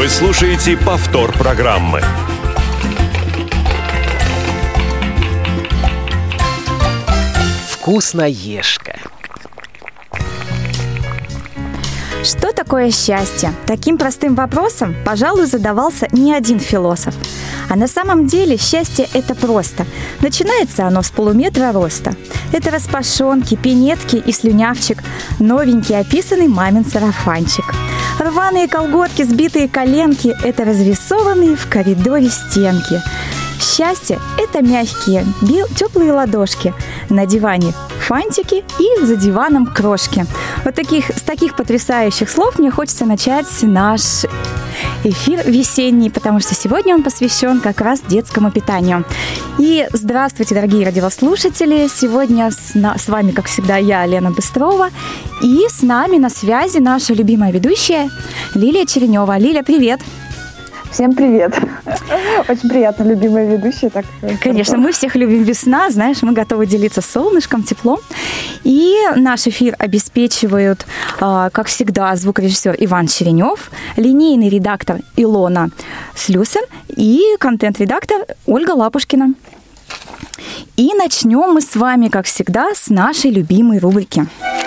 Вы слушаете повтор программы. Вкусноежка. Что такое счастье? Таким простым вопросом, пожалуй, задавался не один философ. А на самом деле счастье – это просто. Начинается оно с полуметра роста. Это распашонки, пинетки и слюнявчик, новенький описанный мамин сарафанчик. Рваные колготки, сбитые коленки – это разрисованные в коридоре стенки. Счастье – это мягкие, теплые ладошки. На диване фантики и за диваном крошки. С таких потрясающих слов мне хочется начать наш эфир весенний, потому что сегодня он посвящен как раз детскому питанию. И здравствуйте, дорогие радиослушатели! Сегодня с вами, как всегда, я, Лена Быстрова, и с нами на связи наша любимая ведущая Лилия Черенева. Лиля, привет! Всем привет! Очень приятно, любимая ведущая. Так, конечно, мы всех любим весна, знаешь, мы готовы делиться солнышком, теплом. И наш эфир обеспечивают, как всегда, звукорежиссер Иван Черенев, линейный редактор Илона Слюсер и контент-редактор Ольга Лапушкина. И начнем мы с вами, как всегда, с нашей любимой рубрики.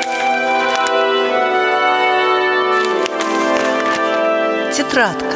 Тетрадка.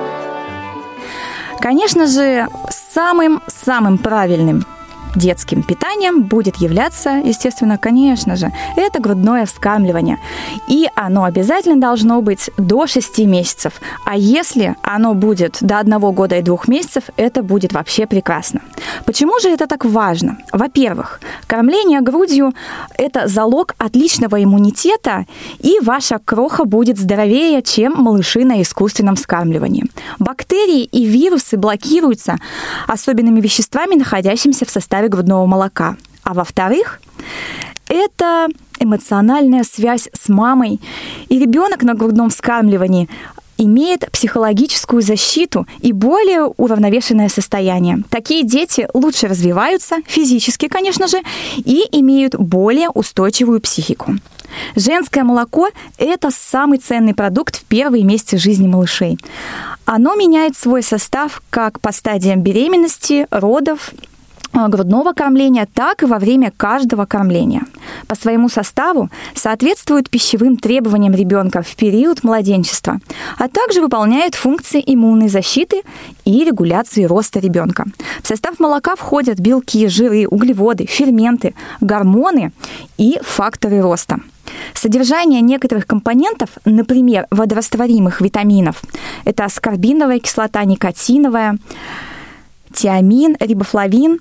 Конечно же, самым правильным детским питанием будет являться, естественно, конечно же, это грудное вскармливание. И оно обязательно должно быть до 6 месяцев. А если оно будет до 1 года и 2 месяцев, это будет вообще прекрасно. Почему же это так важно? Во-первых, кормление грудью – это залог отличного иммунитета, и ваша кроха будет здоровее, чем малыши на искусственном вскармливании. Бактерии и вирусы блокируются особенными веществами, находящимися в составе грудного молока. А во-вторых, это эмоциональная связь с мамой. И ребенок на грудном вскармливании имеет психологическую защиту и более уравновешенное состояние. Такие дети лучше развиваются, физически, конечно же, и имеют более устойчивую психику. Женское молоко – это самый ценный продукт в первые месяцы жизни малышей. Оно меняет свой состав как по стадиям беременности, родов, грудного кормления, так и во время каждого кормления. По своему составу соответствует пищевым требованиям ребенка в период младенчества, а также выполняет функции иммунной защиты и регуляции роста ребенка. В состав молока входят белки, жиры, углеводы, ферменты, гормоны и факторы роста. Содержание некоторых компонентов, например, водорастворимых витаминов, это аскорбиновая кислота, никотиновая, тиамин, рибофлавин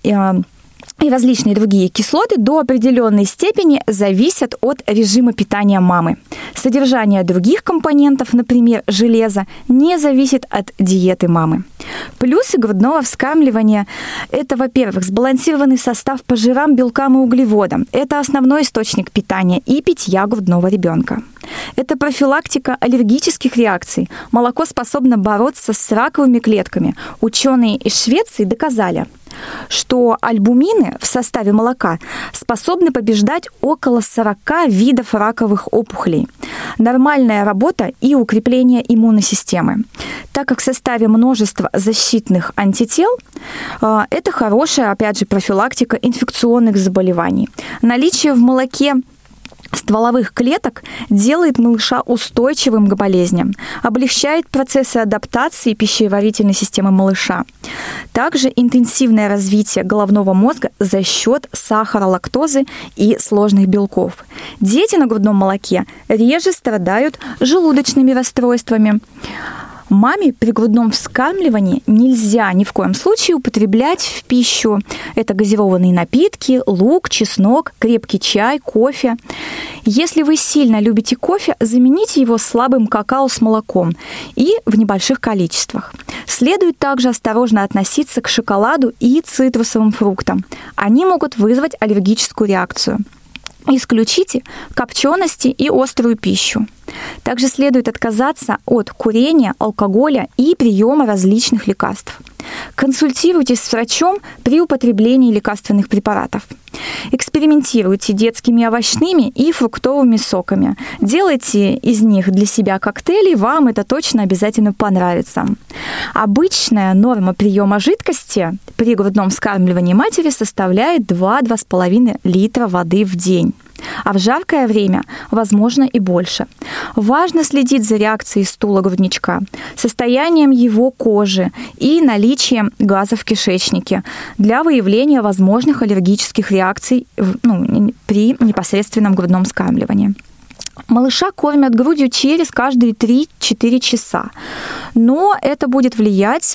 и различные другие кислоты до определенной степени зависят от режима питания мамы. Содержание других компонентов, например, железа, не зависит от диеты мамы. Плюсы грудного вскармливания – это, во-первых, сбалансированный состав по жирам, белкам и углеводам. Это основной источник питания и питья грудного ребенка. Это профилактика аллергических реакций. Молоко способно бороться с раковыми клетками. Ученые из Швеции доказали, что альбумины в составе молока способны побеждать около 40 видов раковых опухолей. Нормальная работа и укрепление иммунной системы. Так как в составе множество защитных антител, это хорошая, опять же, профилактика инфекционных заболеваний. Наличие в молоке стволовых клеток делает малыша устойчивым к болезням, облегчает процессы адаптации пищеварительной системы малыша. Также интенсивное развитие головного мозга за счет сахара, лактозы и сложных белков. Дети на грудном молоке реже страдают желудочными расстройствами. Маме при грудном вскармливании нельзя ни в коем случае употреблять в пищу. Это газированные напитки, лук, чеснок, крепкий чай, кофе. Если вы сильно любите кофе, замените его слабым какао с молоком и в небольших количествах. Следует также осторожно относиться к шоколаду и цитрусовым фруктам. Они могут вызвать аллергическую реакцию. Исключите копчености и острую пищу. Также следует отказаться от курения, алкоголя и приема различных лекарств. Консультируйтесь с врачом при употреблении лекарственных препаратов. Экспериментируйте детскими овощными и фруктовыми соками. Делайте из них для себя коктейли, вам это точно обязательно понравится. Обычная норма приема жидкости при грудном вскармливании матери составляет 2-2,5 литра воды в день. А в жаркое время, возможно, и больше. Важно следить за реакцией стула грудничка, состоянием его кожи и наличием газов в кишечнике для выявления возможных аллергических реакций при непосредственном грудном вскармливании. Малыша кормят грудью через каждые 3-4 часа. Но это будет влиять,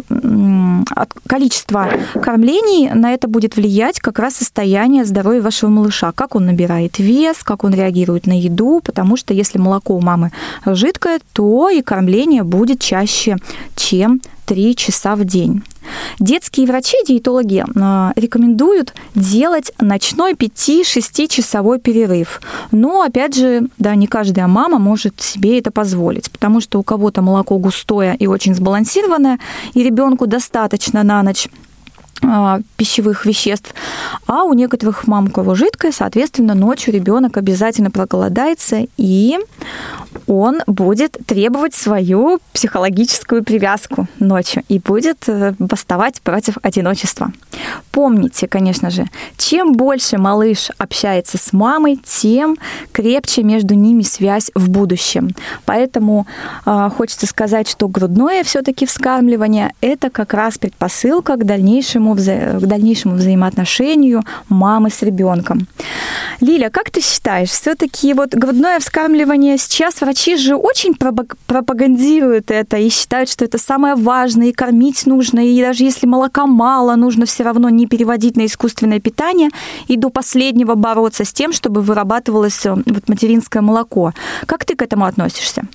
количество кормлений, на это будет влиять как раз состояние здоровья вашего малыша. Как он набирает вес, как он реагирует на еду, потому что если молоко у мамы жидкое, то и кормление будет чаще, чем 3 часа в день. Детские врачи-диетологи рекомендуют делать ночной 5-6-часовой перерыв. Но, опять же, да, не каждая мама может себе это позволить, потому что у кого-то молоко густое и очень сбалансированное, и ребенку достаточно на ночь пищевых веществ, а у некоторых мам, у кого жидкое, соответственно, ночью ребенок обязательно проголодается, и он будет требовать свою психологическую привязку ночью и будет восставать против одиночества. Помните, конечно же, чем больше малыш общается с мамой, тем крепче между ними связь в будущем. Поэтому хочется сказать, что грудное все-таки вскармливание – это как раз предпосылка к дальнейшему взаимоотношению мамы с ребенком. Лиля, как ты считаешь, все-таки вот грудное вскармливание сейчас врачи же очень пропагандируют это и считают, что это самое важное, и кормить нужно, и даже если молока мало, нужно все равно не переводить на искусственное питание и до последнего бороться с тем, чтобы вырабатывалось вот материнское молоко. Как ты к этому относишься?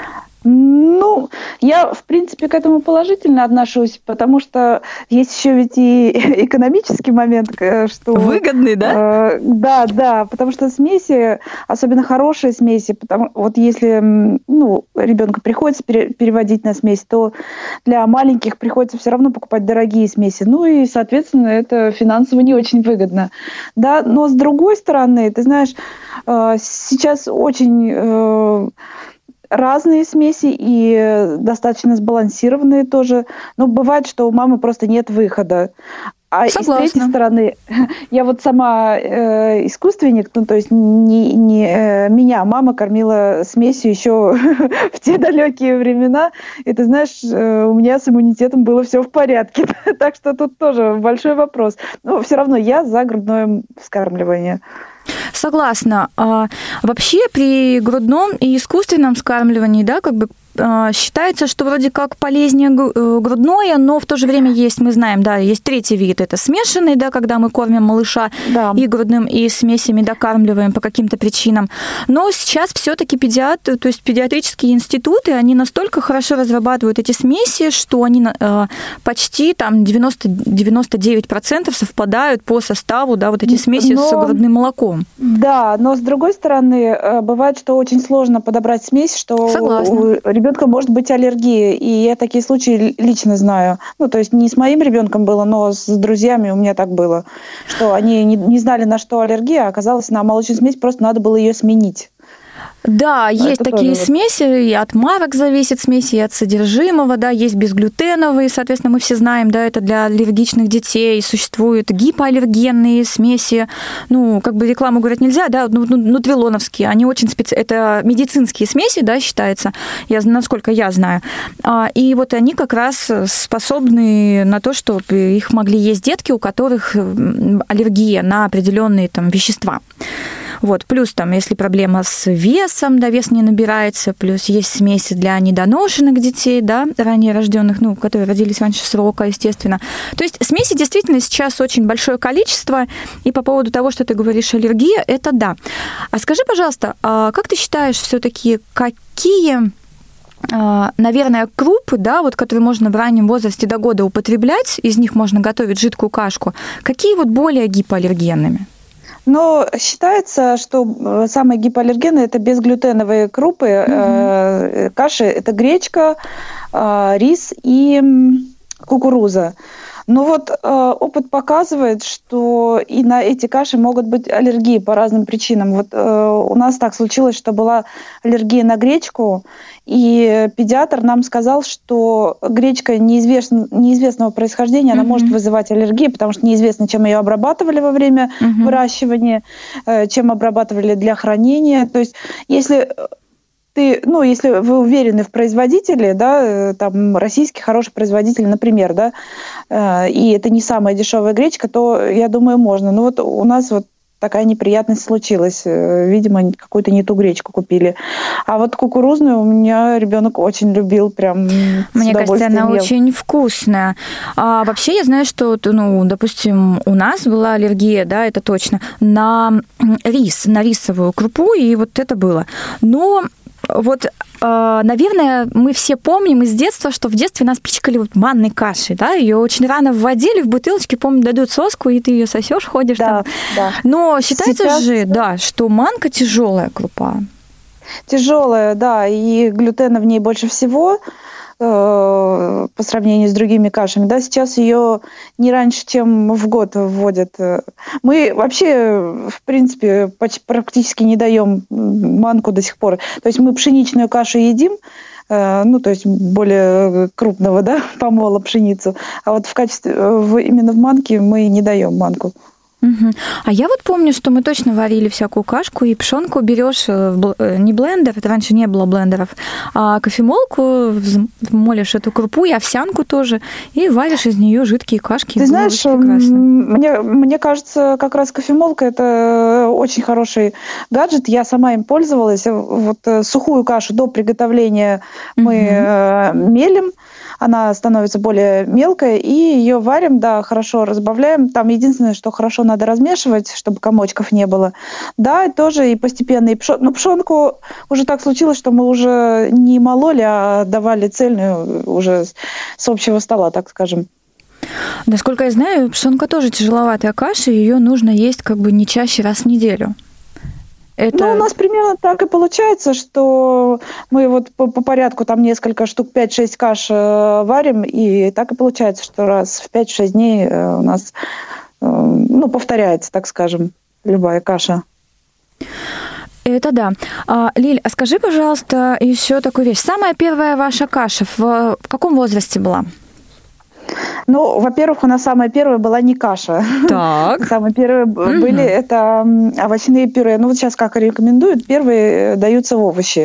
Ну, я, в принципе, к этому положительно отношусь, потому что есть еще ведь и экономический момент, что... Выгодный, да? Да, потому что смеси, особенно хорошие смеси, вот если ребенку приходится переводить на смесь, то для маленьких приходится все равно покупать дорогие смеси. Ну и, соответственно, это финансово не очень выгодно. Да, но с другой стороны, ты знаешь, сейчас очень... разные смеси и достаточно сбалансированные тоже. Но бывает, что у мамы просто нет выхода. А с третьей стороны, я вот сама искусственник, то есть не меня мама кормила смесью еще в те далекие времена. И ты знаешь, у меня с иммунитетом было все в порядке. Так что тут тоже большой вопрос. Но все равно я за грудное вскармливание. Согласна. Вообще при грудном и искусственном вскармливании, да, как бы считается, что вроде как полезнее грудное, но в то же время есть, мы знаем, да, есть третий вид, это смешанный, да, когда мы кормим малыша и грудным, и смесями докармливаем по каким-то причинам. Но сейчас все-таки то есть педиатрические институты, они настолько хорошо разрабатывают эти смеси, что они почти там 99% совпадают по составу, да, вот эти смеси с грудным молоком. Да, но с другой стороны, бывает, что очень сложно подобрать смесь, что у ребенка может быть аллергия, и я такие случаи лично знаю. Ну, то есть не с моим ребенком было, но с друзьями у меня так было, что они не знали, на что аллергия, а оказалось, на молочную смесь просто надо было ее сменить. Да, есть такие смеси, и от марок зависит смеси, и от содержимого, да, есть безглютеновые, соответственно, мы все знаем, да, это для аллергичных детей, существуют гипоаллергенные смеси, как бы рекламу говорить нельзя, да, нутрилоновские, они очень это медицинские смеси, да, считается, насколько я знаю, и вот они как раз способны на то, чтобы их могли есть детки, у которых аллергия на определенные там вещества. Вот, плюс там, если проблема с весом, да, вес не набирается, плюс есть смеси для недоношенных детей, да, ранее рожденных, которые родились раньше срока, естественно. То есть смеси действительно сейчас очень большое количество, и по поводу того, что ты говоришь, аллергия, это да. А скажи, пожалуйста, как ты считаешь все-таки, какие, наверное, крупы, да, вот, которые можно в раннем возрасте до года употреблять, из них можно готовить жидкую кашку, какие вот более гипоаллергенными? Но считается, что самые гипоаллергенные – это безглютеновые крупы, каши – это гречка, рис и кукуруза. Но вот опыт показывает, что и на эти каши могут быть аллергии по разным причинам. Вот у нас так случилось, что была аллергия на гречку, и педиатр нам сказал, что гречка неизвестного происхождения, она может вызывать аллергии, потому что неизвестно, чем ее обрабатывали во время выращивания, чем обрабатывали для хранения. То есть если вы уверены в производителе, да, там российский хороший производитель, например, да, и это не самая дешевая гречка, то, я думаю, можно. Но вот у нас вот такая неприятность случилась. Видимо, какую-то не ту гречку купили. А вот кукурузную у меня ребенок очень любил, прям Мне кажется, она очень вкусная. А вообще я знаю, что, допустим, у нас была аллергия, да, это точно, на рис, на рисовую крупу, и вот это было. Но вот, наверное, мы все помним из детства, что в детстве нас пичкали вот манной кашей, да, ее очень рано вводили в бутылочке, помню, дадут соску, и ты ее сосешь, ходишь там. Да. Но считается же, да, что манка тяжелая крупа. Тяжелая, да, и глютена в ней больше всего по сравнению с другими кашами. Да, сейчас ее не раньше, чем в год вводят. Мы вообще, в принципе, практически не даем манку до сих пор. То есть мы пшеничную кашу едим, то есть более крупного, да, помола пшеницу. А вот в качестве, именно в манке мы не даем манку. А я вот помню, что мы точно варили всякую кашку, и пшенку берешь не блендер, это раньше не было блендеров, а кофемолку, молишь эту крупу и овсянку тоже, и варишь из нее жидкие кашки. Ты знаешь, мне кажется, как раз кофемолка – это очень хороший гаджет. Я сама им пользовалась. Вот сухую кашу до приготовления мы мелим, она становится более мелкой, и ее варим, да, хорошо разбавляем. Там единственное, что хорошо надо размешивать, чтобы комочков не было. Да, тоже и постепенно. Но пшенку уже так случилось, что мы уже не мололи, а давали цельную уже с общего стола, так скажем. Насколько я знаю, пшенка тоже тяжеловатая каша, ее нужно есть как бы не чаще раз в неделю. У нас примерно так и получается, что мы вот по порядку там несколько штук, 5-6 каш варим, и так и получается, что раз в 5-6 дней у нас повторяется, так скажем, любая каша. Это да. Лиль, а скажи, пожалуйста, еще такую вещь. Самая первая ваша каша в каком возрасте была? Во-первых, у нас самая первая была не каша. Так. Самые первые были это овощные пюре. Вот сейчас, как рекомендуют, первые даются овощи.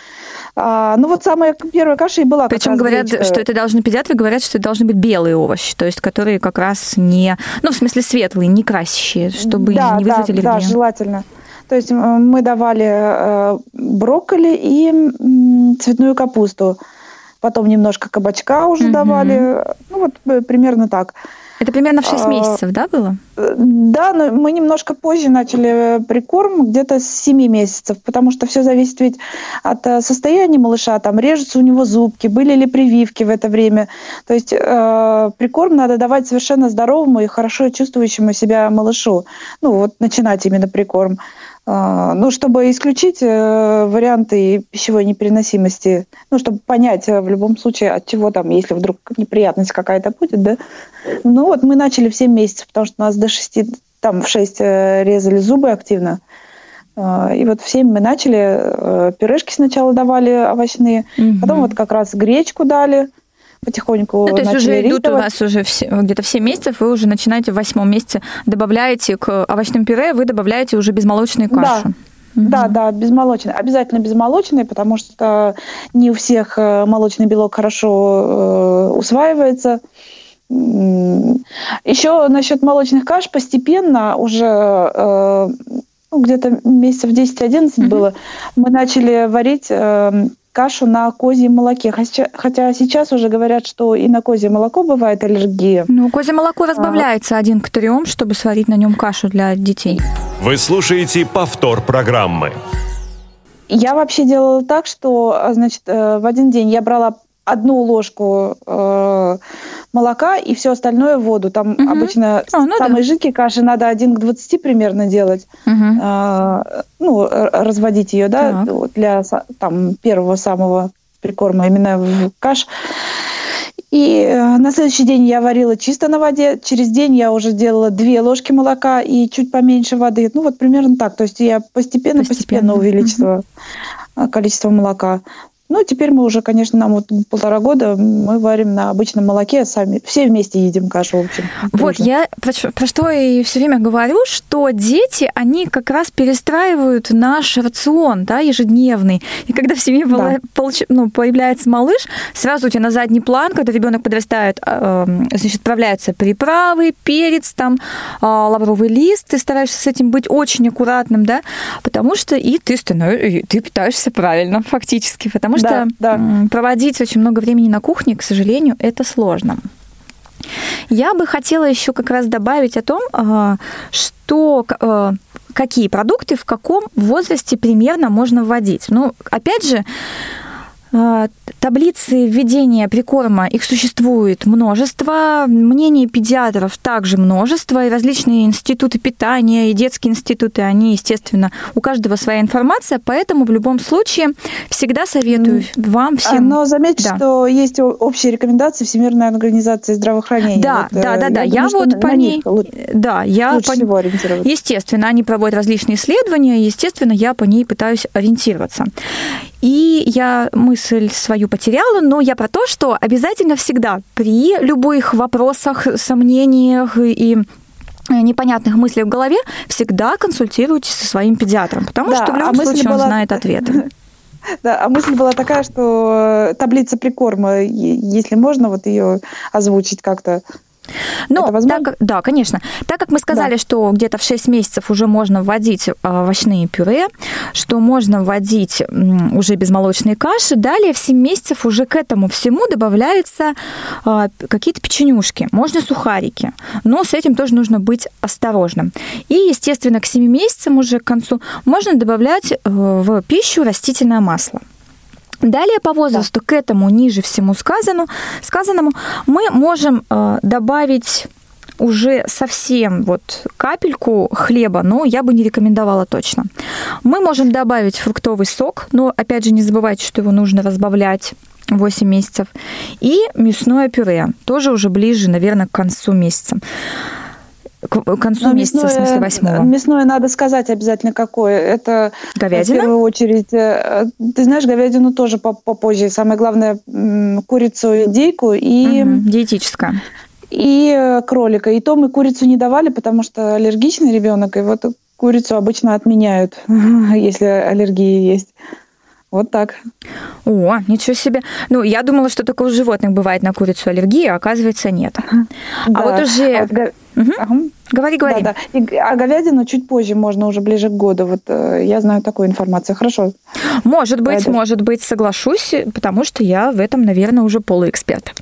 Самая первая каша и была. Причем говорят, что это педиатры говорят, что это должны быть белые овощи, то есть которые как раз не, в смысле светлые, не красящие, чтобы не вызвать аллергию. Да, желательно. То есть мы давали брокколи и цветную капусту. Потом немножко кабачка уже давали. Примерно так. Это примерно в 6 месяцев, да, было? Да, но мы немножко позже начали прикорм, где-то с 7 месяцев, потому что все зависит ведь от состояния малыша, там режутся у него зубки, были ли прививки в это время. То есть прикорм надо давать совершенно здоровому и хорошо чувствующему себя малышу. Начинать именно прикорм. Чтобы исключить варианты пищевой непереносимости, чтобы понять в любом случае, от чего там, если вдруг неприятность какая-то будет, да. Мы начали в 7 месяцев, потому что у нас до 6, в 6 резали зубы активно. И вот в 7 мы начали, пюрешки сначала давали овощные, потом вот как раз гречку дали. Потихоньку то есть уже идут у вас уже где-то в 7 месяцев, вы уже начинаете в 8 месяце, добавляете к овощным пюре, вы добавляете уже безмолочную кашу. Да, безмолочный. Обязательно безмолочный, потому что не у всех молочный белок хорошо усваивается. Еще насчет молочных каш постепенно уже где-то месяцев 10-11 было, мы начали варить кашу на козьем молоке. Хотя сейчас уже говорят, что и на козье молоко бывает аллергия. Козье молоко разбавляется 1 к 3, чтобы сварить на нем кашу для детей. Вы слушаете повтор программы. Я вообще делала так, что, в один день я брала 1 ложку молока и все остальное в воду. Там обычно самые жидкие каши надо 1 к 20 примерно делать. Разводить ее, для первого самого прикорма именно в каш. И на следующий день я варила чисто на воде. Через день я уже делала 2 ложки молока и чуть поменьше воды. Ну, вот примерно так. То есть я постепенно увеличивала количество молока. Ну, теперь мы уже, конечно, нам вот 1,5 года мы варим на обычном молоке, сами все вместе едим кашу, в общем. Вот, я про что и все время говорю, что дети, они как раз перестраивают наш рацион, да, ежедневный. И когда в семье появляется малыш, сразу у тебя на задний план, когда ребенок подрастает, значит, отправляются приправы, перец, там, лавровый лист, ты стараешься с этим быть очень аккуратным, да, потому что и ты питаешься правильно, фактически, потому что проводить очень много времени на кухне, к сожалению, это сложно. Я бы хотела еще как раз добавить о том, что какие продукты в каком возрасте примерно можно вводить. Ну, опять же, таблицы введения прикорма, их существует множество, мнений педиатров также множество, и различные институты питания, и детские институты, они, естественно, у каждого своя информация, поэтому в любом случае всегда советую вам всем... Но заметьте, что есть общие рекомендации Всемирной организации здравоохранения. Да, я вот по ней... Да, я лучше всего ориентироваться. Естественно, они проводят различные исследования, естественно, я по ней пытаюсь ориентироваться. И я мысль свою потеряла, но я про то, что обязательно всегда при любых вопросах, сомнениях и непонятных мыслей в голове всегда консультируйтесь со своим педиатром, потому что в любом случае он знает ответы. Да, а мысль была такая, что таблица прикорма, если можно вот ее озвучить как-то. Ну, да, конечно. Так как мы сказали, что где-то в 6 месяцев уже можно вводить овощные пюре, что можно вводить уже безмолочные каши, далее в 7 месяцев уже к этому всему добавляются какие-то печенюшки, можно сухарики, но с этим тоже нужно быть осторожным. И, естественно, к 7 месяцам уже к концу можно добавлять в пищу растительное масло. Далее по возрасту к этому ниже всему сказанному мы можем добавить уже совсем вот капельку хлеба, но я бы не рекомендовала точно. Мы можем добавить фруктовый сок, но опять же не забывайте, что его нужно разбавлять 8 месяцев. И мясное пюре, тоже уже ближе, наверное, к концу месяца. К концу месяца, в смысле 8-го. Мясное надо сказать обязательно какое. Это говядина? В первую очередь. Ты знаешь, говядину тоже попозже. Самое главное, курицу, индейку и... диетическое. И кролика. И то мы курицу не давали, потому что аллергичный ребенок, и вот курицу обычно отменяют, если аллергия есть. Вот так. О, ничего себе. Ну, я думала, что только у животных бывает на курицу аллергия, а оказывается, нет. Да. А вот уже... Говори. Да. А говядину чуть позже, можно уже ближе к году. Вот я знаю такую информацию. Хорошо. Может быть, соглашусь, потому что я в этом, наверное, уже полуэксперт.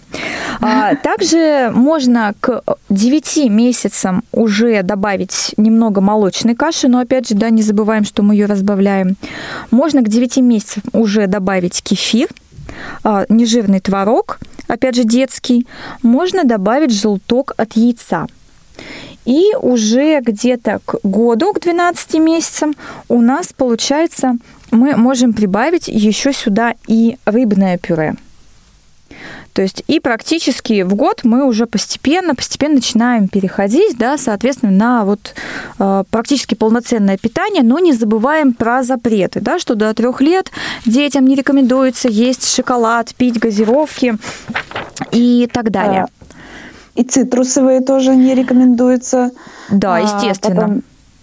Также можно к 9 месяцам уже добавить немного молочной каши, но, опять же, да, не забываем, что мы ее разбавляем. Можно к 9 месяцам уже добавить кефир, нежирный творог, опять же, детский. Можно добавить желток от яйца. И уже где-то к году, к 12 месяцам у нас, получается, мы можем прибавить еще сюда и рыбное пюре. То есть и практически в год мы уже постепенно начинаем переходить, да, соответственно, на вот практически полноценное питание, но не забываем про запреты, да, что до 3 лет детям не рекомендуется есть шоколад, пить газировки и так далее. И цитрусовые тоже не рекомендуется. Да, естественно.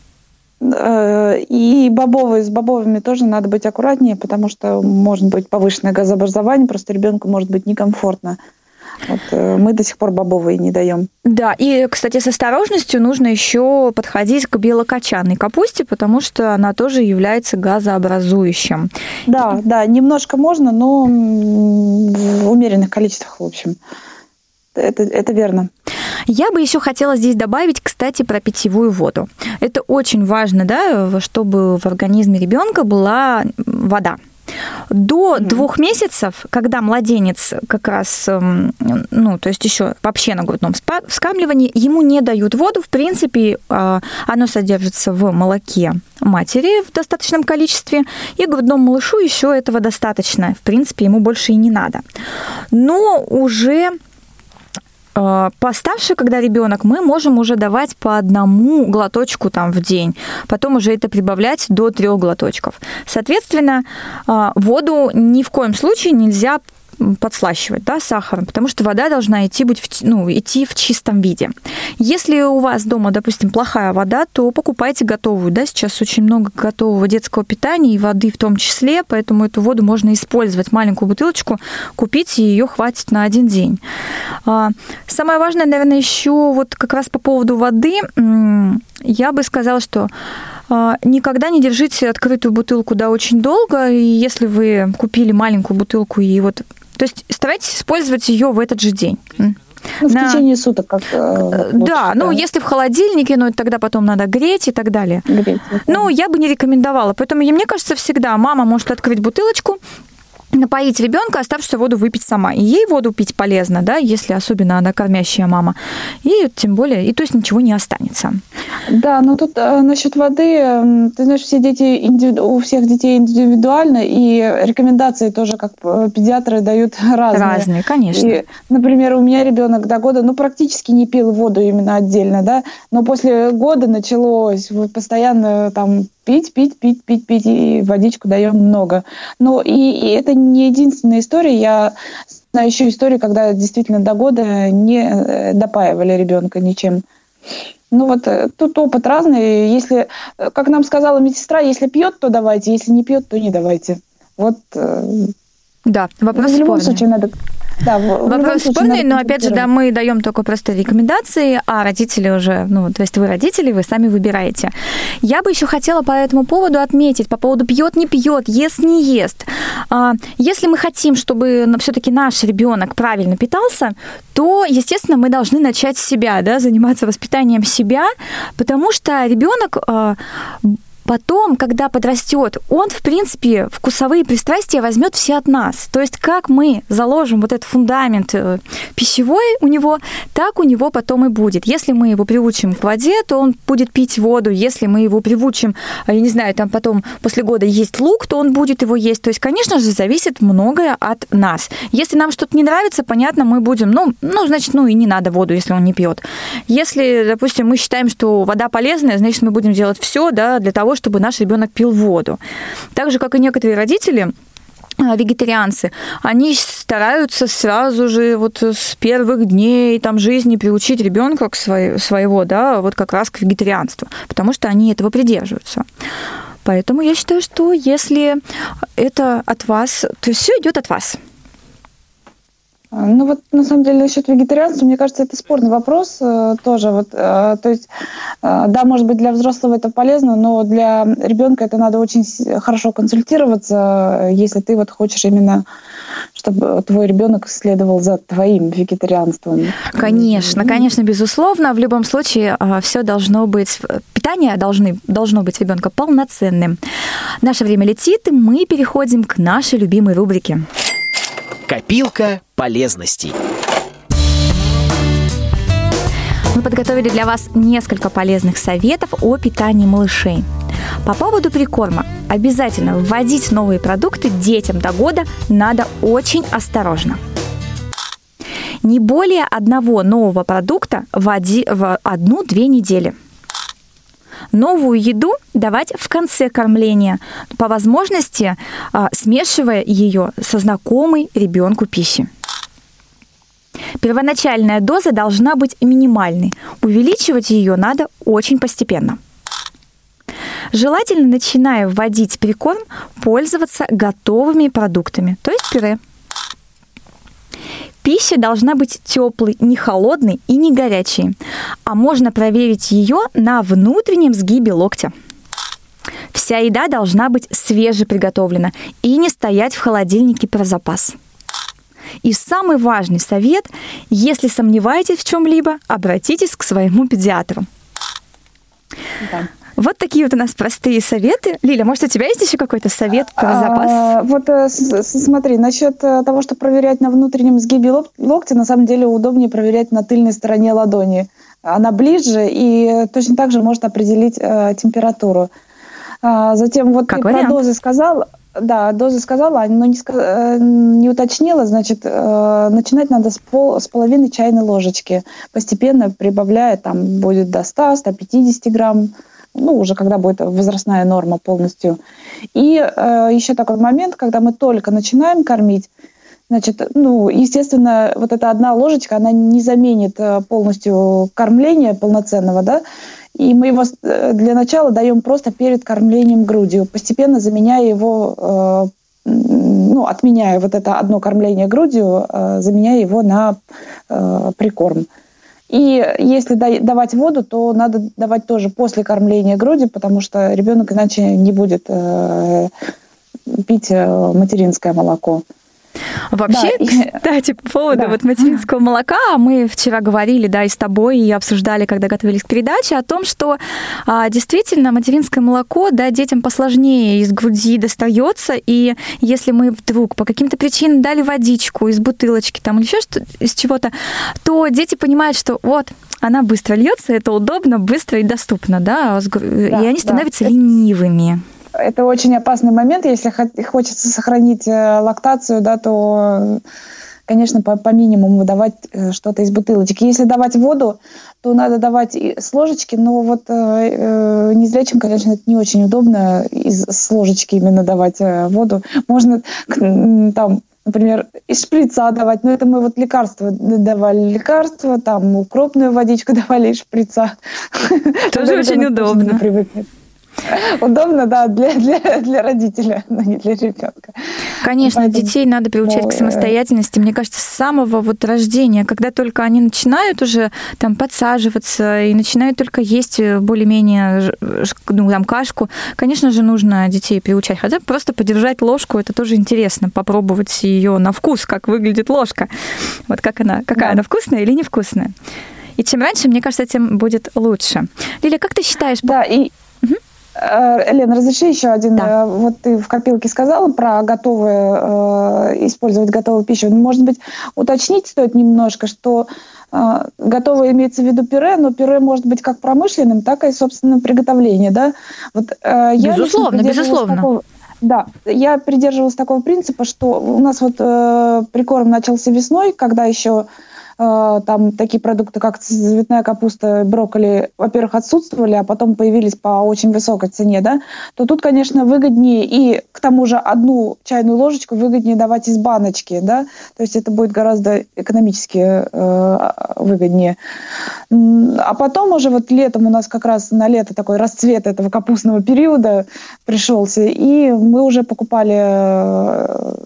И с бобовыми тоже надо быть аккуратнее, потому что может быть повышенное газообразование, просто ребенку может быть некомфортно. Вот, мы до сих пор бобовые не даем. Да, и, кстати, с осторожностью нужно еще подходить к белокочанной капусте, потому что она тоже является газообразующим. Да, немножко можно, но в умеренных количествах, в общем. Это верно. Я бы еще хотела здесь добавить, кстати, про питьевую воду. Это очень важно, да, чтобы в организме ребенка была вода. До 2 месяцев, когда младенец как раз, то есть еще вообще на грудном вскармливании, ему не дают воду. В принципе, оно содержится в молоке матери в достаточном количестве, и грудному малышу еще этого достаточно. В принципе, ему больше и не надо. Но уже постарше, когда ребенок, мы можем уже давать по 1 глоточку в день, потом уже это прибавлять до 3 глоточков. Соответственно, воду ни в коем случае нельзя подслащивать, сахаром, потому что вода должна идти в чистом виде. Если у вас дома, допустим, плохая вода, то покупайте готовую. Сейчас очень много готового детского питания и воды в том числе, поэтому эту воду можно использовать. Маленькую бутылочку купить, и ее хватит на 1 день. Самое важное, наверное, еще как раз по поводу воды, я бы сказала, что никогда не держите открытую бутылку очень долго, и если вы купили маленькую бутылку то есть старайтесь использовать ее в этот же день. В течение суток как лучше, если в холодильнике, тогда потом надо греть и так далее. Я бы не рекомендовала. Поэтому, мне кажется, всегда мама может открыть бутылочку, напоить ребенка, оставшуюся воду выпить сама. И ей воду пить полезно, если особенно она кормящая мама. И тем более, то есть ничего не останется. Да, но тут насчет воды, ты знаешь, у всех детей индивидуально, и рекомендации тоже, как педиатры, дают разные. Разные, конечно. И, например, у меня ребенок до года, практически не пил воду именно отдельно, но после года началось постоянно пить, и водичку даем много. Но и это не единственная история. Я знаю еще историю, когда действительно до года не допаивали ребенка ничем. Тут опыт разный. Если, как нам сказала медсестра, если пьет, то давайте, если не пьет, то не давайте. Да, вопрос в любом спорный. случае надо... Да, вопрос спорный, но опять же, мы даем только простые рекомендации, а родители уже, то есть вы родители, вы сами выбираете. Я бы еще хотела по этому поводу отметить, по поводу пьет, не пьет, ест, не ест. Если мы хотим, чтобы все-таки наш ребенок правильно питался, то, естественно, мы должны начать с себя, заниматься воспитанием себя, потому что ребенок потом, когда подрастет, он, в принципе, вкусовые пристрастия возьмет все от нас. То есть как мы заложим этот фундамент пищевой у него, так у него потом и будет. Если мы его приучим к воде, то он будет пить воду. Если мы его приучим, потом после года есть лук, то он будет его есть. То есть, конечно же, зависит многое от нас. Если нам что-то не нравится, понятно, мы будем, значит, и не надо воду, если он не пьет. Если, допустим, мы считаем, что вода полезная, значит, мы будем делать все, для того, чтобы наш ребенок пил воду. Так же, как и некоторые родители, вегетарианцы, они стараются сразу же с первых дней жизни приучить ребенка к своего, как раз к вегетарианству, потому что они этого придерживаются. Поэтому я считаю, что если это от вас, то все идет от вас. На самом деле, насчет вегетарианства, мне кажется, это спорный вопрос тоже. То есть, да, может быть, для взрослого это полезно, но для ребенка это надо очень хорошо консультироваться, если ты хочешь именно, чтобы твой ребенок следовал за твоим вегетарианством. Конечно, безусловно. В любом случае, все должно быть, питание должно быть ребенка полноценным. Наше время летит, и мы переходим к нашей любимой рубрике. Копилка полезностей. Мы подготовили для вас несколько полезных советов о питании малышей. По поводу прикорма. Обязательно вводить новые продукты детям до года надо очень осторожно. Не более одного нового продукта в 1-2 недели. Новую еду давать в конце кормления, по возможности смешивая ее со знакомой ребенку пищей. Первоначальная доза должна быть минимальной. Увеличивать ее надо очень постепенно. Желательно, начиная вводить прикорм, пользоваться готовыми продуктами, то есть пюре. Пища должна быть теплой, не холодной и не горячей, а можно проверить ее на внутреннем сгибе локтя. Вся еда должна быть свежеприготовлена и не стоять в холодильнике про запас. И самый важный совет, если сомневаетесь в чем-либо, обратитесь к своему педиатру. Да. Вот такие вот у нас простые советы. Лиля, может, у тебя есть еще какой-то совет про запас? Вот смотри, насчет того, что проверять на внутреннем сгибе локтя, на самом деле удобнее проверять на тыльной стороне ладони. Она ближе и точно так же может определить температуру. Затем вот как ты вариант. про дозы сказала. Да, дозы сказала, но не уточнила. Значит, начинать надо с половины чайной ложечки. Постепенно прибавляя, там будет до 100-150 грамм. Уже когда будет возрастная норма полностью. И еще такой момент, когда мы только начинаем кормить, значит, естественно, вот эта одна ложечка, она не заменит полностью кормление полноценного, да, и мы его для начала даем просто перед кормлением грудью, постепенно заменяя его, отменяя вот это одно кормление грудью, заменяя его на прикорм. И если давать воду, то надо давать тоже после кормления грудью, потому что ребенок иначе не будет пить материнское молоко. Вообще, да, кстати, по поводу материнского молока, мы вчера говорили, и с тобой, и обсуждали, когда готовились к передаче, о том, что действительно материнское молоко, детям посложнее из груди достается, и если мы вдруг по каким-то причинам дали водичку из бутылочки или еще из чего-то, то дети понимают, что вот, она быстро льется, это удобно, быстро и доступно, и они становятся ленивыми. Это очень опасный момент. Если хочется сохранить лактацию, то, конечно, по минимуму давать что-то из бутылочки. Если давать воду, то надо давать с ложечки, но незрячим, конечно, это не очень удобно с ложечки именно давать воду. Можно например, из шприца давать, но это мы лекарства давали, укропную водичку давали из шприца. Тоже очень удобно. Удобно, для родителя, но не для ребенка. Конечно, поэтому детей надо приучать к самостоятельности. Мне кажется, с самого рождения, когда только они начинают уже подсаживаться и начинают только есть более-менее кашку, конечно же, нужно детей приучать. Хотя бы просто подержать ложку, это тоже интересно, попробовать ее на вкус, как выглядит ложка. Вот какая она, вкусная или невкусная. И чем раньше, мне кажется, тем будет лучше. Лиля, как ты считаешь? Да, и... Лен, разреши еще один. Да. Вот ты в копилке сказала про использовать готовую пищу. Может быть, уточнить стоит немножко, что готовое имеется в виду пюре, но пюре может быть как промышленным, так и собственным приготовлением, да? Безусловно. Я придерживалась такого принципа, что у нас прикорм начался весной, когда еще такие продукты, как цветная капуста, брокколи, во-первых, отсутствовали, а потом появились по очень высокой цене, то тут, конечно, выгоднее, и к тому же одну чайную ложечку выгоднее давать из баночки, то есть это будет гораздо экономически выгоднее. А потом уже летом у нас как раз на лето такой расцвет этого капустного периода пришелся, и мы уже покупали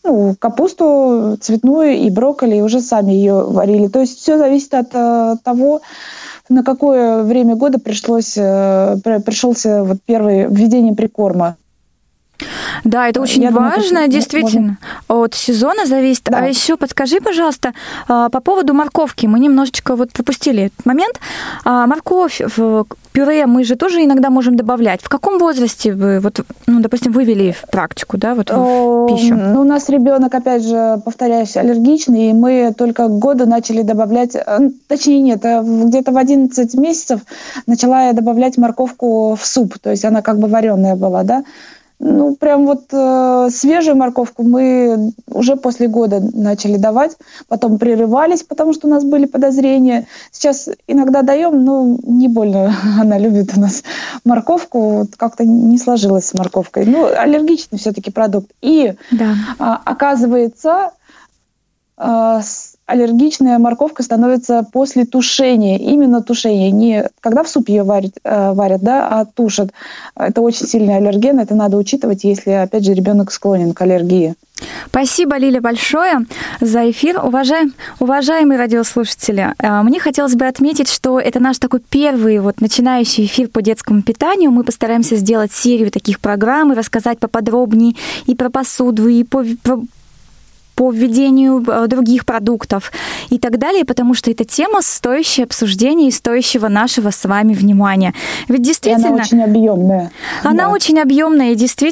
капусту цветную и брокколи, и уже сами ее варили. То есть все зависит от того, на какое время года пришелся первое введение прикорма. Да, это очень важно, действительно. От сезона зависит. Да. А еще подскажи, пожалуйста, по поводу морковки. Мы немножечко пропустили этот момент. Морковь в пюре мы же тоже иногда можем добавлять. В каком возрасте вы, допустим, вывели в практику, в пищу? У нас ребенок, опять же, повторяюсь, аллергичный, и мы только к году начали добавлять, точнее нет, где-то в 11 месяцев начала я добавлять морковку в суп, то есть она как бы вареная была, прям свежую морковку мы уже после года начали давать, потом прерывались, потому что у нас были подозрения. Сейчас иногда даем, но не больно она любит у нас морковку, как-то не сложилось с морковкой. Аллергичный все-таки продукт. И оказывается, аллергичная морковка становится после тушения. Именно тушения. Не когда в суп ее варят, а тушат. Это очень сильный аллерген. Это надо учитывать, если, опять же, ребенок склонен к аллергии. Спасибо, Лиля, большое за эфир. Уважаемые радиослушатели, мне хотелось бы отметить, что это наш такой первый начинающий эфир по детскому питанию. Мы постараемся сделать серию таких программ и рассказать поподробнее и про посуду, и про по введению других продуктов и так далее, потому что эта тема стоящая обсуждения и стоящего нашего с вами внимания. Ведь действительно... И она очень объемная. Она очень объемная,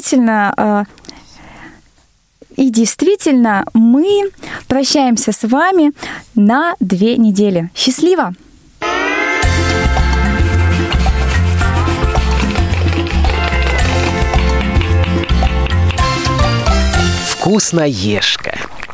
и действительно мы прощаемся с вами на 2 недели. Счастливо! Вкусноежка.